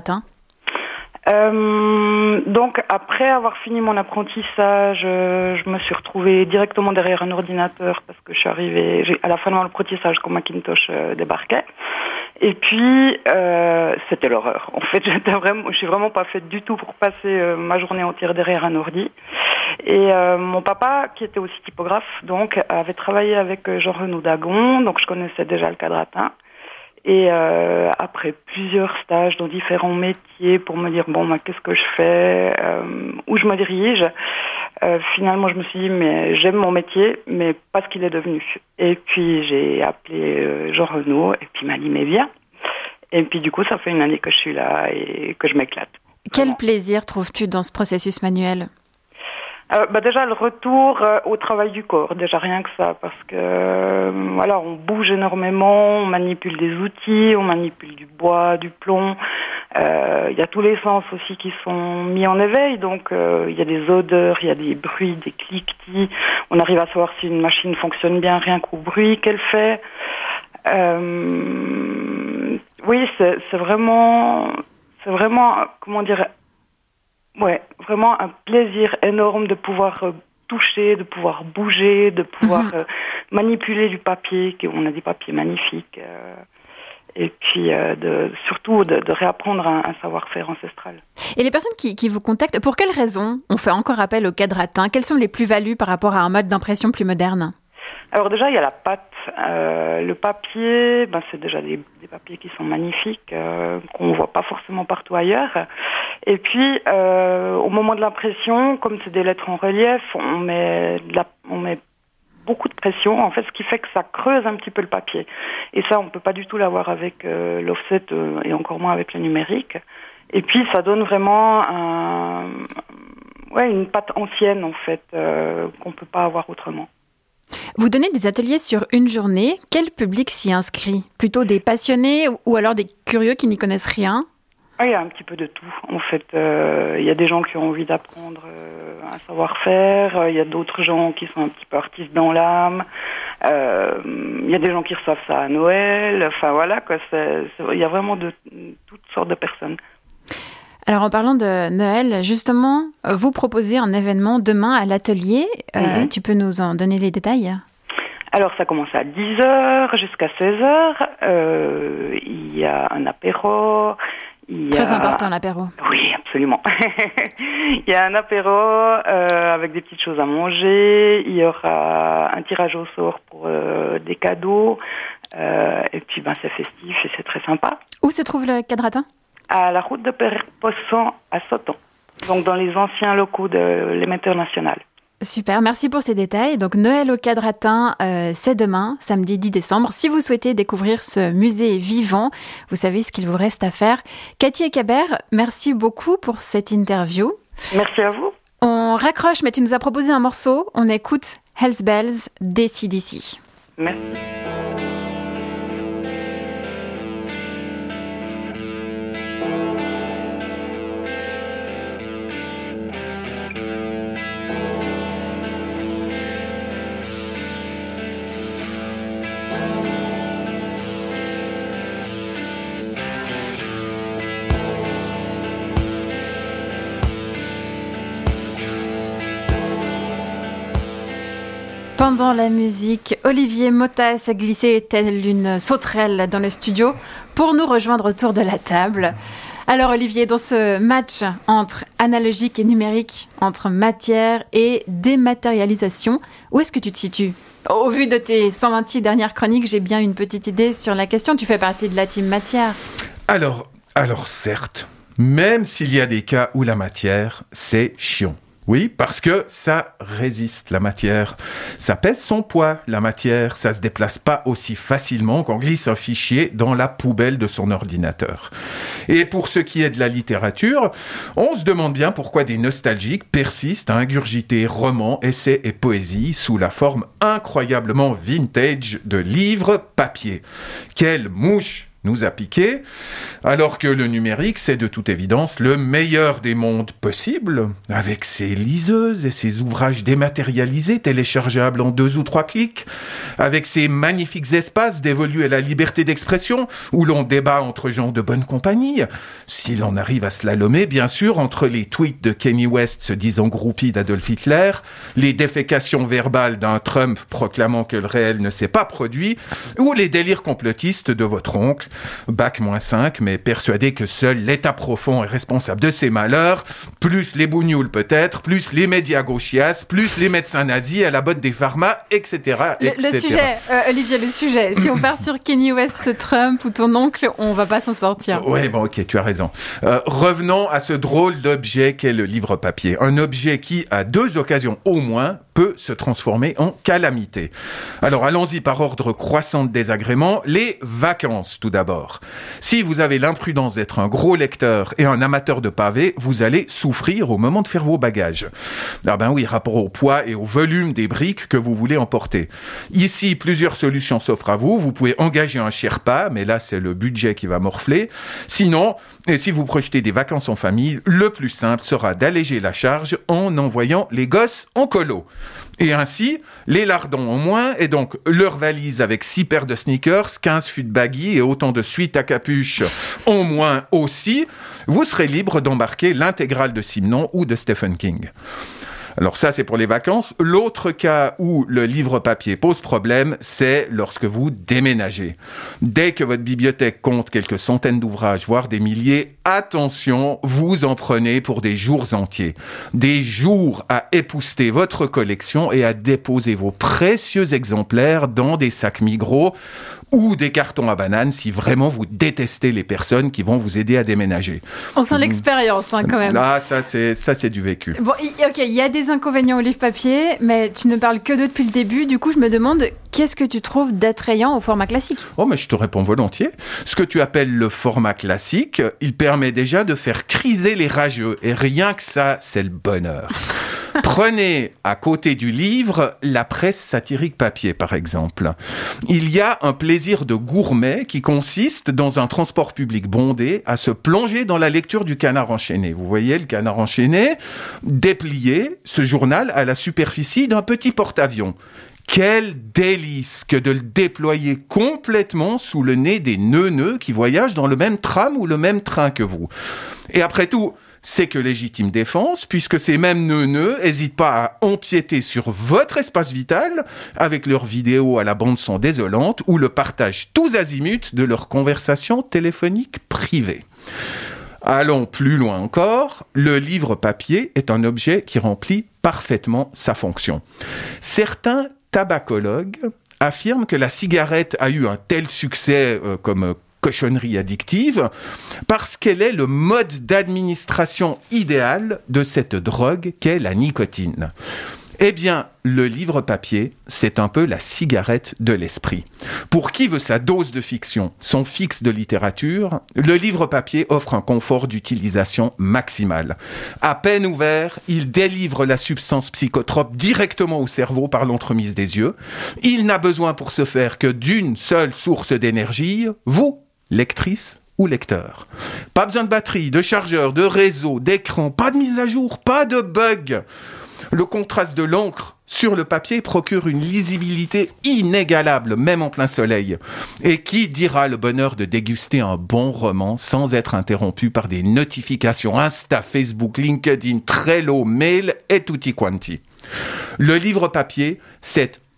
Euh, donc après avoir fini mon apprentissage, euh, je me suis retrouvée directement derrière un ordinateur parce que je suis arrivée j'ai, à la fin de mon apprentissage quand Macintosh euh, débarquait. Et puis euh, c'était l'horreur. En fait, j'étais vraiment, je suis vraiment pas faite du tout pour passer euh, ma journée entière derrière un ordi. Et euh, mon papa, qui était aussi typographe, donc avait travaillé avec euh, Jean-Renaud Dagon, donc je connaissais déjà le Quadratin. Et euh, après plusieurs stages dans différents métiers pour me dire bon, bah, qu'est-ce que je fais, euh, où je me dirige, euh, finalement je me suis dit mais j'aime mon métier, mais pas ce qu'il est devenu. Et puis j'ai appelé euh, Jean Renaud et puis il m'a dit mais viens. Et puis du coup ça fait une année que je suis là et que je m'éclate. Quel Vraiment. plaisir trouves-tu dans ce processus manuel ? Euh, bah déjà le retour euh, au travail du corps, déjà rien que ça, parce que euh, voilà, on bouge énormément, on manipule des outils, on manipule du bois, du plomb. Il euh, y a tous les sens aussi qui sont mis en éveil, donc il euh, y a des odeurs, il y a des bruits, des cliquetis. On arrive à savoir si une machine fonctionne bien rien qu'au bruit qu'elle fait. Euh, oui, c'est, c'est vraiment, c'est vraiment, comment dire. Ouais, vraiment un plaisir énorme de pouvoir euh, toucher, de pouvoir bouger, de pouvoir mmh. euh, manipuler du papier, on a des papiers magnifiques, euh, et puis euh, de, surtout de, de réapprendre un, un savoir-faire ancestral. Et les personnes qui, qui vous contactent, pour quelles raisons on fait encore appel au Quadratin ? Quelles sont les plus-values par rapport à un mode d'impression plus moderne ? Alors déjà, il y a la pâte. Euh, le papier, ben, c'est déjà des, des papiers qui sont magnifiques, euh, qu'on ne voit pas forcément partout ailleurs. Et puis, euh, au moment de l'impression, comme c'est des lettres en relief, on met, de la, on met beaucoup de pression, en fait, ce qui fait que ça creuse un petit peu le papier. Et ça, on ne peut pas du tout l'avoir avec euh, l'offset euh, et encore moins avec le numérique. Et puis, ça donne vraiment un, ouais, une pâte ancienne, en fait, euh, qu'on ne peut pas avoir autrement. Vous donnez des ateliers sur une journée. Quel public s'y inscrit ? Plutôt des passionnés ou alors des curieux qui n'y connaissent rien ? Il y a un petit peu de tout. En fait, euh, il y a des gens qui ont envie d'apprendre euh, un savoir-faire. Il y a d'autres gens qui sont un petit peu artistes dans l'âme. Euh, il y a des gens qui reçoivent ça à Noël. Enfin voilà, quoi. C'est, c'est, il y a vraiment de toutes sortes de personnes. Alors en parlant de Noël, justement, vous proposez un événement demain à l'atelier. Euh, mm-hmm. Tu peux nous en donner les détails ? Alors ça commence à dix heures jusqu'à seize heures. Euh, il y a un apéro. Il y Très a... important l'apéro. Oui, absolument. Il y a un apéro euh, avec des petites choses à manger. Il y aura un tirage au sort pour euh, des cadeaux. Euh, et puis ben, c'est festif et c'est très sympa. Où se trouve le Quadratin ? À la route de Père-Possan à Sauton, donc dans les anciens locaux de l'émetteur national. Super, merci pour ces détails. Donc Noël au Quadratin, euh, c'est demain, samedi dix décembre. Si vous souhaitez découvrir ce musée vivant, vous savez ce qu'il vous reste à faire. Cathy Ekabert, merci beaucoup pour cette interview. Merci à vous. On raccroche, mais tu nous as proposé un morceau. On écoute Hells Bells d'A C/D C. Merci. Pendant la musique, Olivier Motta s'est glissé telle une sauterelle dans le studio pour nous rejoindre autour de la table. Alors Olivier, dans ce match entre analogique et numérique, entre matière et dématérialisation, où est-ce que tu te situes ? Au vu de tes cent vingt-six dernières chroniques, j'ai bien une petite idée sur la question. Tu fais partie de la team matière. Alors, alors certes, même s'il y a des cas où la matière, c'est chiant. Oui, parce que ça résiste, la matière. Ça pèse son poids, la matière. Ça se déplace pas aussi facilement qu'on glisse un fichier dans la poubelle de son ordinateur. Et pour ce qui est de la littérature, on se demande bien pourquoi des nostalgiques persistent à ingurgiter romans, essais et poésie sous la forme incroyablement vintage de livres papier. Quelle mouche nous a piqué, alors que le numérique, c'est de toute évidence le meilleur des mondes possibles, avec ses liseuses et ses ouvrages dématérialisés, téléchargeables en deux ou trois clics, avec ses magnifiques espaces dévolus à la liberté d'expression, où l'on débat entre gens de bonne compagnie, si l'on arrive à slalomer, bien sûr, entre les tweets de Kanye West se disant groupie d'Adolf Hitler, les défécations verbales d'un Trump proclamant que le réel ne s'est pas produit, ou les délires complotistes de votre oncle, bac moins cinq, mais persuadé que seul l'État profond est responsable de ses malheurs, plus les bougnoules peut-être, plus les médias gauchias, plus les médecins nazis à la botte des pharma, et cetera et cetera. Le, le sujet, euh, Olivier, le sujet, si on part sur Kanye West, Trump ou ton oncle, on va pas s'en sortir. Ouais, bon, ok, tu as raison. Euh, revenons à ce drôle d'objet qu'est le livre papier. Un objet qui, à deux occasions au moins, peut se transformer en calamité. Alors, allons-y par ordre croissant de désagréments. Les vacances, tout d'abord. Si vous avez l'imprudence d'être un gros lecteur et un amateur de pavés, vous allez souffrir au moment de faire vos bagages. Ah ben oui, rapport au poids et au volume des briques que vous voulez emporter. Ici, plusieurs solutions s'offrent à vous. Vous pouvez engager un Sherpa, mais là, c'est le budget qui va morfler. Sinon, et si vous projetez des vacances en famille, le plus simple sera d'alléger la charge en envoyant les gosses en colo. Et ainsi, les lardons en moins, et donc leur valise avec six paires de sneakers, quinze fûts de baggy et autant de suites à capuche en moins aussi, vous serez libre d'embarquer l'intégrale de Simenon ou de Stephen King. Alors ça, c'est pour les vacances. L'autre cas où le livre papier pose problème, c'est lorsque vous déménagez. Dès que votre bibliothèque compte quelques centaines d'ouvrages, voire des milliers, attention, vous en prenez pour des jours entiers. Des jours à épousseter votre collection et à déposer vos précieux exemplaires dans des sacs Migros ou des cartons à bananes si vraiment vous détestez les personnes qui vont vous aider à déménager. On sent mmh. l'expérience hein, quand même. Là, ça c'est, ça, c'est du vécu. Bon, ok, il y a des inconvénients au livre papier, mais tu ne parles que d'eux depuis le début. Du coup, je me demande, qu'est-ce que tu trouves d'attrayant au format classique ? Oh, mais je te réponds volontiers. Ce que tu appelles le format classique, il permet déjà de faire criser les rageux. Et rien que ça, c'est le bonheur. Prenez à côté du livre la presse satirique papier, par exemple. Il y a un plaisir de gourmet qui consiste, dans un transport public bondé, à se plonger dans la lecture du Canard enchaîné. Vous voyez le Canard enchaîné déplier ce journal à la superficie d'un petit porte-avions. Quel délice que de le déployer complètement sous le nez des neuneux qui voyagent dans le même tram ou le même train que vous. Et après tout, c'est que légitime défense, puisque ces mêmes neuneux n'hésitent pas à empiéter sur votre espace vital avec leurs vidéos à la bande-son désolante ou le partage tous azimuts de leurs conversations téléphoniques privées. Allons plus loin encore, le livre papier est un objet qui remplit parfaitement sa fonction. Certains tabacologues affirment que la cigarette a eu un tel succès euh, comme cochonnerie addictive parce qu'elle est le mode d'administration idéal de cette drogue qu'est la nicotine. Eh bien, le livre papier, c'est un peu la cigarette de l'esprit. Pour qui veut sa dose de fiction, son fixe de littérature, le livre papier offre un confort d'utilisation maximal. À peine ouvert, il délivre la substance psychotrope directement au cerveau par l'entremise des yeux. Il n'a besoin pour ce faire que d'une seule source d'énergie, vous, lectrice ou lecteur. Pas besoin de batterie, de chargeur, de réseau, d'écran, pas de mise à jour, pas de bug. Le contraste de l'encre sur le papier procure une lisibilité inégalable, même en plein soleil. Et qui dira le bonheur de déguster un bon roman sans être interrompu par des notifications Insta, Facebook, LinkedIn, Trello, Mail et tutti quanti. Le livre papier, c'est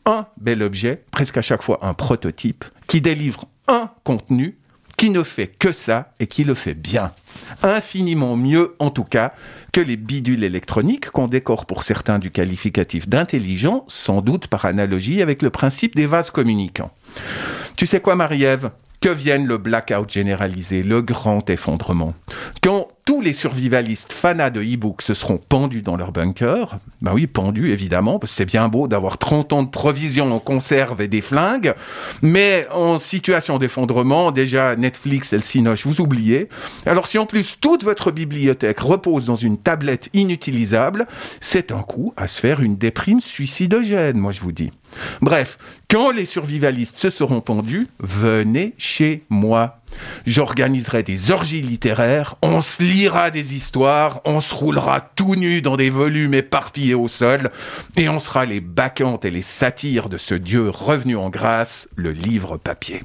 un bel objet, presque à chaque fois un prototype, qui délivre un contenu, qui ne fait que ça et qui le fait bien. Infiniment mieux, en tout cas, que les bidules électroniques qu'on décore pour certains du qualificatif d'intelligent, sans doute par analogie avec le principe des vases communicants. Tu sais quoi, Marie-Ève ? Que vienne le blackout généralisé, le grand effondrement. Quand tous les survivalistes fanas de e-book se seront pendus dans leur bunker, ben oui, pendus évidemment, parce que c'est bien beau d'avoir trente ans de provisions en conserve et des flingues, mais en situation d'effondrement, déjà Netflix et le Cinoche, vous oubliez. Alors si en plus toute votre bibliothèque repose dans une tablette inutilisable, c'est un coup à se faire une déprime suicidogène, moi je vous dis. Bref, quand les survivalistes se seront pendus, venez chez moi. J'organiserai des orgies littéraires, on se lira des histoires, on se roulera tout nu dans des volumes éparpillés au sol, et on sera les bacchantes et les satires de ce dieu revenu en grâce, le livre papier.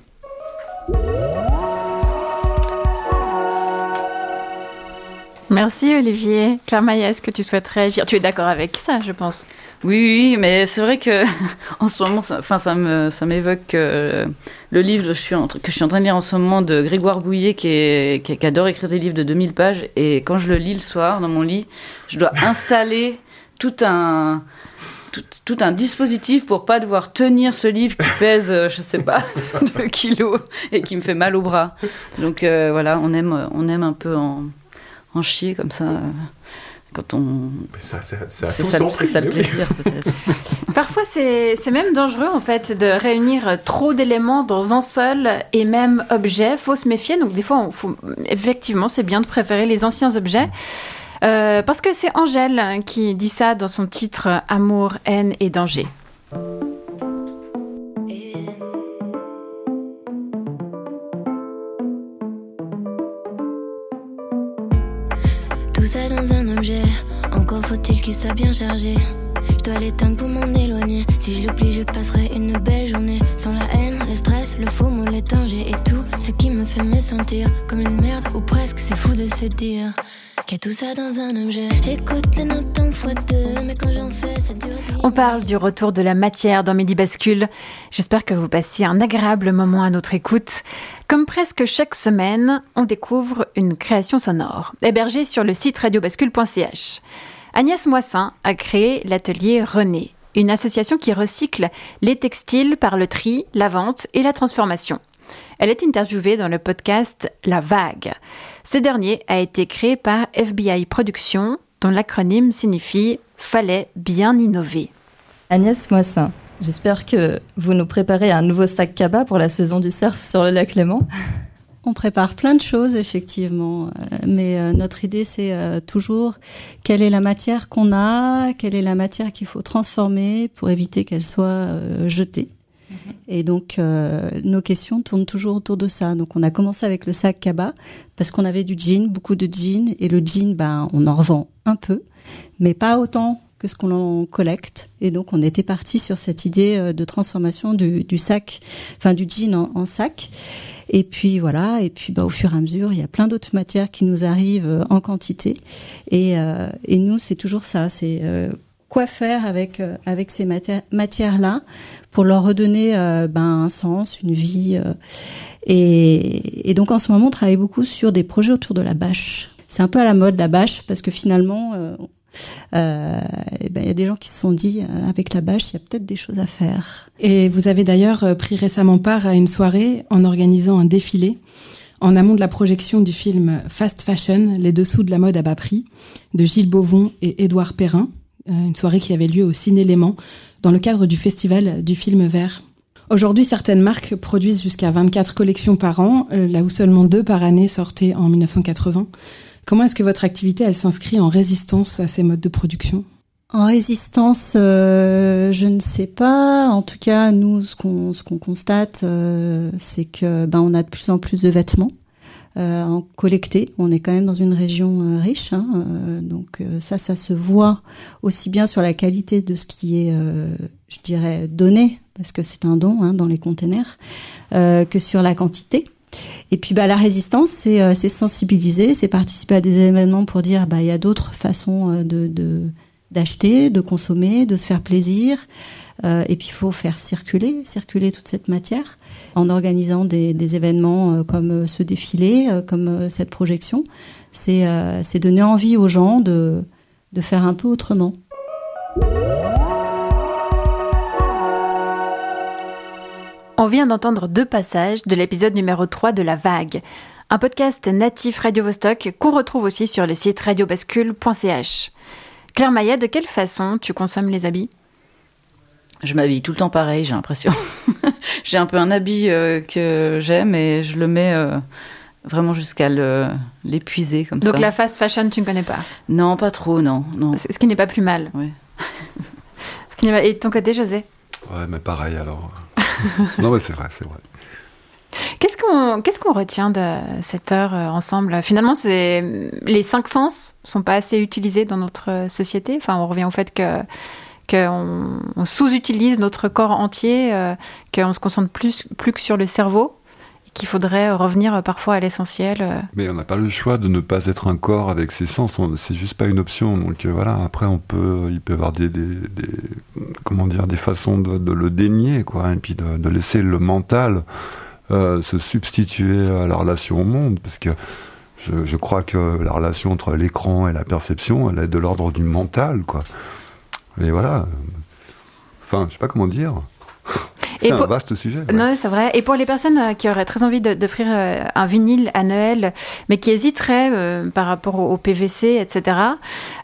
Merci Olivier. Claire Maillet, est-ce que tu souhaites réagir ? Tu es d'accord avec ça, je pense ? Oui, oui, mais c'est vrai que en ce moment, ça, enfin, ça me, ça m'évoque euh, le livre que je, suis en, que je suis en train de lire en ce moment de Grégoire Bouillet, qui, est, qui, qui adore écrire des livres de deux mille pages. Et quand je le lis le soir dans mon lit, je dois installer tout un, tout, tout un dispositif pour pas devoir tenir ce livre qui pèse, euh, je sais pas, deux kilos et qui me fait mal au bras. Donc euh, voilà, on aime, on aime un peu en, en chier comme ça. Euh. Quand on... Ça, ça, ça c'est, ça, c'est ça le plaisir, peut-être. Parfois, c'est, c'est même dangereux, en fait, de réunir trop d'éléments dans un seul et même objet. Il faut se méfier. Donc, des fois, on, faut, effectivement, c'est bien de préférer les anciens objets. Euh, parce que c'est Angèle qui dit ça dans son titre « Amour, haine et danger ». Tout ça dans un objet, encore faut-il qu'il soit bien chargé. Je dois l'éteindre pour m'en éloigner. Si je l'oublie, je passerai une belle journée. Sans la haine, le stress, le faux mot, les dangers et tout ce qui me fait me sentir comme une merde ou presque. C'est fou de se dire qu'il y a tout ça dans un objet. J'écoute les notes en fois deux, mais quand j'en fais, ça dure. On parle du retour de la matière dans Midi Bascule. J'espère que vous passiez un agréable moment à notre écoute. Comme presque chaque semaine, on découvre une création sonore, hébergée sur le site radio bascule point c h. Agnès Moissin a créé l'atelier René, une association qui recycle les textiles par le tri, la vente et la transformation. Elle est interviewée dans le podcast La Vague. Ce dernier a été créé par F B I Productions, dont l'acronyme signifie « Fallait bien innover ». Agnès Moissin, j'espère que vous nous préparez un nouveau sac cabas pour la saison du surf sur le lac Léman. On prépare plein de choses, effectivement, mais euh, notre idée, c'est euh, toujours quelle est la matière qu'on a, quelle est la matière qu'il faut transformer pour éviter qu'elle soit euh, jetée. Mmh. Et donc, euh, nos questions tournent toujours autour de ça. Donc, on a commencé avec le sac cabas parce qu'on avait du jean, beaucoup de jeans, et le jean, ben, on en revend un peu, mais pas autant que ce qu'on en collecte. Et donc, on était parti sur cette idée de transformation du, du sac, enfin du jean en, en sac. Et puis voilà, et puis bah, au fur et à mesure, il y a plein d'autres matières qui nous arrivent en quantité. Et, euh, et nous, c'est toujours ça, c'est euh, quoi faire avec euh, avec ces matières, matières-là pour leur redonner euh, ben, un sens, une vie. Euh, et, et donc en ce moment, on travaille beaucoup sur des projets autour de la bâche. C'est un peu à la mode, la bâche, parce que finalement... Euh, Euh, et ben, y a des gens qui se sont dit euh, avec la bâche il y a peut-être des choses à faire. Et vous avez d'ailleurs euh, pris récemment part à une soirée en organisant un défilé en amont de la projection du film Fast Fashion, les dessous de la mode à bas prix, de Gilles Beauvon et Édouard Perrin, euh, une soirée qui avait lieu au Ciné Léman dans le cadre du festival du film vert. Aujourd'hui, certaines marques produisent jusqu'à vingt-quatre collections par an, euh, là où seulement deux par année sortaient en dix-neuf cent quatre-vingts. Comment est-ce que votre activité, elle s'inscrit en résistance à ces modes de production ? En résistance, euh, je ne sais pas. En tout cas, nous, ce qu'on, ce qu'on constate, euh, c'est que ben, on a de plus en plus de vêtements euh, en collectés. On est quand même dans une région euh, riche, hein, euh, donc euh, ça, ça se voit aussi bien sur la qualité de ce qui est, euh, je dirais, donné, parce que c'est un don hein, dans les containers, euh, que sur la quantité. Et puis bah la résistance, c'est euh, c'est sensibiliser, c'est participer à des événements pour dire bah il y a d'autres façons euh, de de d'acheter, de consommer, de se faire plaisir. Euh, et puis il faut faire circuler, circuler toute cette matière en organisant des, des événements euh, comme ce défilé, euh, comme euh, cette projection. C'est, euh, c'est donner envie aux gens de, de faire un peu autrement. On vient d'entendre deux passages de l'épisode numéro trois de La Vague, un podcast natif Radio Vostok qu'on retrouve aussi sur le site radio bascule point c h. Claire Maillet, de quelle façon tu consommes les habits ? Je m'habille tout le temps pareil, j'ai l'impression. J'ai un peu un habit euh, que j'aime et je le mets euh, vraiment jusqu'à le, l'épuiser comme Donc ça. Donc la fast fashion, tu ne connais pas ? Non, pas trop, non. non. Ce qui n'est pas plus mal. Oui. Ce qui n'est pas... Et de ton côté, José ? Ouais, mais pareil alors. Non, mais c'est vrai, c'est vrai. Qu'est-ce qu'on, qu'est-ce qu'on retient de cette heure euh, ensemble ? Finalement, c'est... les cinq sens ne sont pas assez utilisés dans notre société. Enfin, on revient au fait que qu'on on sous-utilise notre corps entier, euh, qu'on se concentre plus, plus que sur le cerveau, et qu'il faudrait revenir euh, parfois à l'essentiel. Euh. Mais on n'a pas le choix de ne pas être un corps avec ses sens, on, c'est juste pas une option. Donc euh, voilà, après on peut, il peut y avoir des, des, des, comment dire, des façons de, de le dénier, quoi, et puis de, de laisser le mental euh, se substituer à la relation au monde, parce que je, je crois que la relation entre l'écran et la perception, elle est de l'ordre du mental, quoi. Et voilà. Enfin, je sais pas comment dire. C'est et un pour... vaste sujet. Ouais. Non, c'est vrai. Et pour les personnes qui auraient très envie de, d'offrir un vinyle à Noël, mais qui hésiteraient euh, par rapport au, au P V C, et cetera,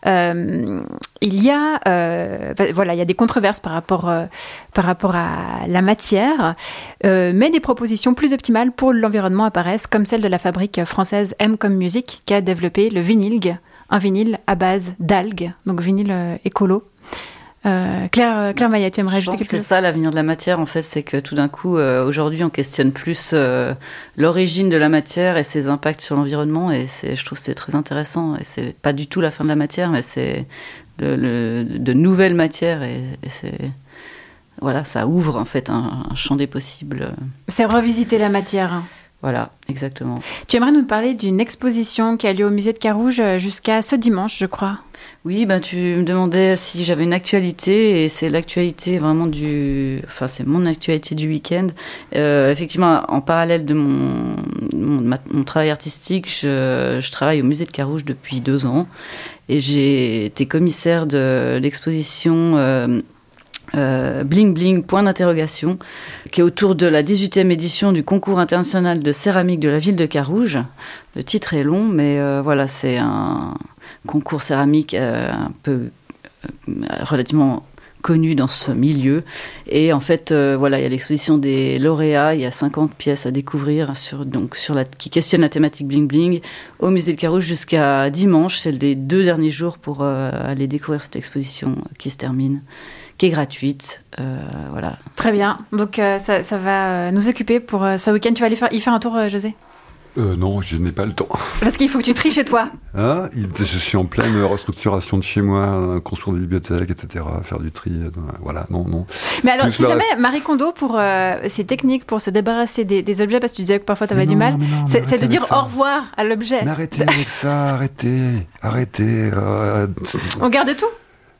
euh, il y a, euh, voilà, il y a des controverses par rapport, euh, par rapport à la matière, euh, mais des propositions plus optimales pour l'environnement apparaissent, comme celle de la fabrique française M comme Music, qui a développé le vinyle, un vinyle à base d'algues, donc vinyle euh, écolo. Euh, Claire, Claire Maillet, tu aimerais ajouter quelque chose ? C'est ça l'avenir de la matière, en fait, c'est que tout d'un coup, euh, aujourd'hui, on questionne plus euh, l'origine de la matière et ses impacts sur l'environnement, et c'est, je trouve que c'est très intéressant. Et c'est pas du tout la fin de la matière, mais c'est le, le, de nouvelles matières, et, et c'est voilà, ça ouvre en fait un, un champ des possibles. C'est revisiter la matière. Hein. Voilà, exactement. Tu aimerais nous parler d'une exposition qui a lieu au musée de Carouge jusqu'à ce dimanche, je crois. Oui, ben tu me demandais si j'avais une actualité, et c'est l'actualité vraiment du... Enfin, c'est mon actualité du week-end. Euh, effectivement, en parallèle de mon, mon, ma, mon travail artistique, je, je travaille au musée de Carouge depuis deux ans. Et j'ai été commissaire de l'exposition... Euh, Euh, Bling Bling, point d'interrogation, qui est autour de la dix-huitième édition du concours international de céramique de la ville de Carouge. Le titre est long, mais euh, voilà, c'est un concours céramique euh, un peu euh, relativement connu dans ce milieu. Et en fait, euh, voilà, il y a l'exposition des lauréats, il y a cinquante pièces à découvrir sur, donc, sur la, qui questionnent la thématique Bling Bling au musée de Carouge jusqu'à dimanche. C'est les deux derniers jours pour euh, aller découvrir cette exposition qui se termine, qui est gratuite, euh, voilà. Très bien, donc euh, ça, ça va euh, nous occuper pour euh, ce week-end. Tu vas aller faire, y faire un tour, euh, José ? euh, Non, je n'ai pas le temps. Parce qu'il faut que tu tries chez toi. Ah, je suis en pleine restructuration de chez moi, construire des bibliothèques, et cetera, faire du tri, euh, voilà, non, non. Mais alors, Plus si jamais reste... Marie Kondo, pour euh, ses techniques pour se débarrasser des, des objets, parce que tu disais que parfois tu avais du mal, non, c'est, c'est de dire au revoir à l'objet. Mais arrêtez avec ça, arrêtez, arrêtez. Euh... On garde tout ?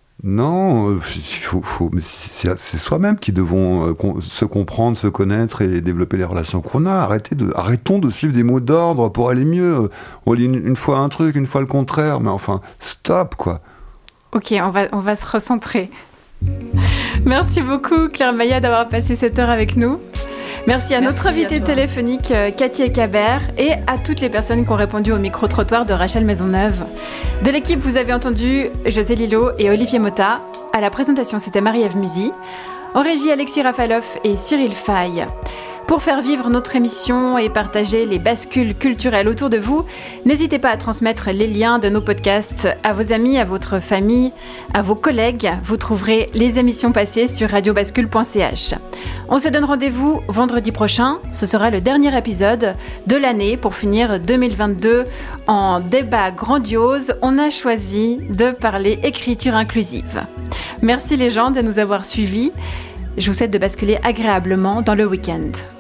Non, il faut, faut, mais c'est, c'est soi-même qui devons euh, con, se comprendre, se connaître et développer les relations qu'on a. Arrêtez de, arrêtons de suivre des mots d'ordre pour aller mieux. On lit une, une fois un truc, une fois le contraire, mais enfin, stop, quoi. Ok, on va, on va se recentrer. Merci beaucoup, Claire Maillet, d'avoir passé cette heure avec nous. Merci à Merci notre invitée téléphonique, Cathy Ekabert, et à toutes les personnes qui ont répondu au micro-trottoir de Rachel Maisonneuve. De l'équipe, vous avez entendu José Lillo et Olivier Motta. À la présentation, c'était Marie-Ève Musy. En régie, Alexis Rafaloff et Cyril Faye. Pour faire vivre notre émission et partager les bascules culturelles autour de vous, n'hésitez pas à transmettre les liens de nos podcasts à vos amis, à votre famille, à vos collègues. Vous trouverez les émissions passées sur radio bascule point c h. On se donne rendez-vous vendredi prochain. Ce sera le dernier épisode de l'année pour finir deux mille vingt-deux en débat grandiose. On a choisi de parler écriture inclusive. Merci les gens de nous avoir suivis. Je vous souhaite de basculer agréablement dans le week-end.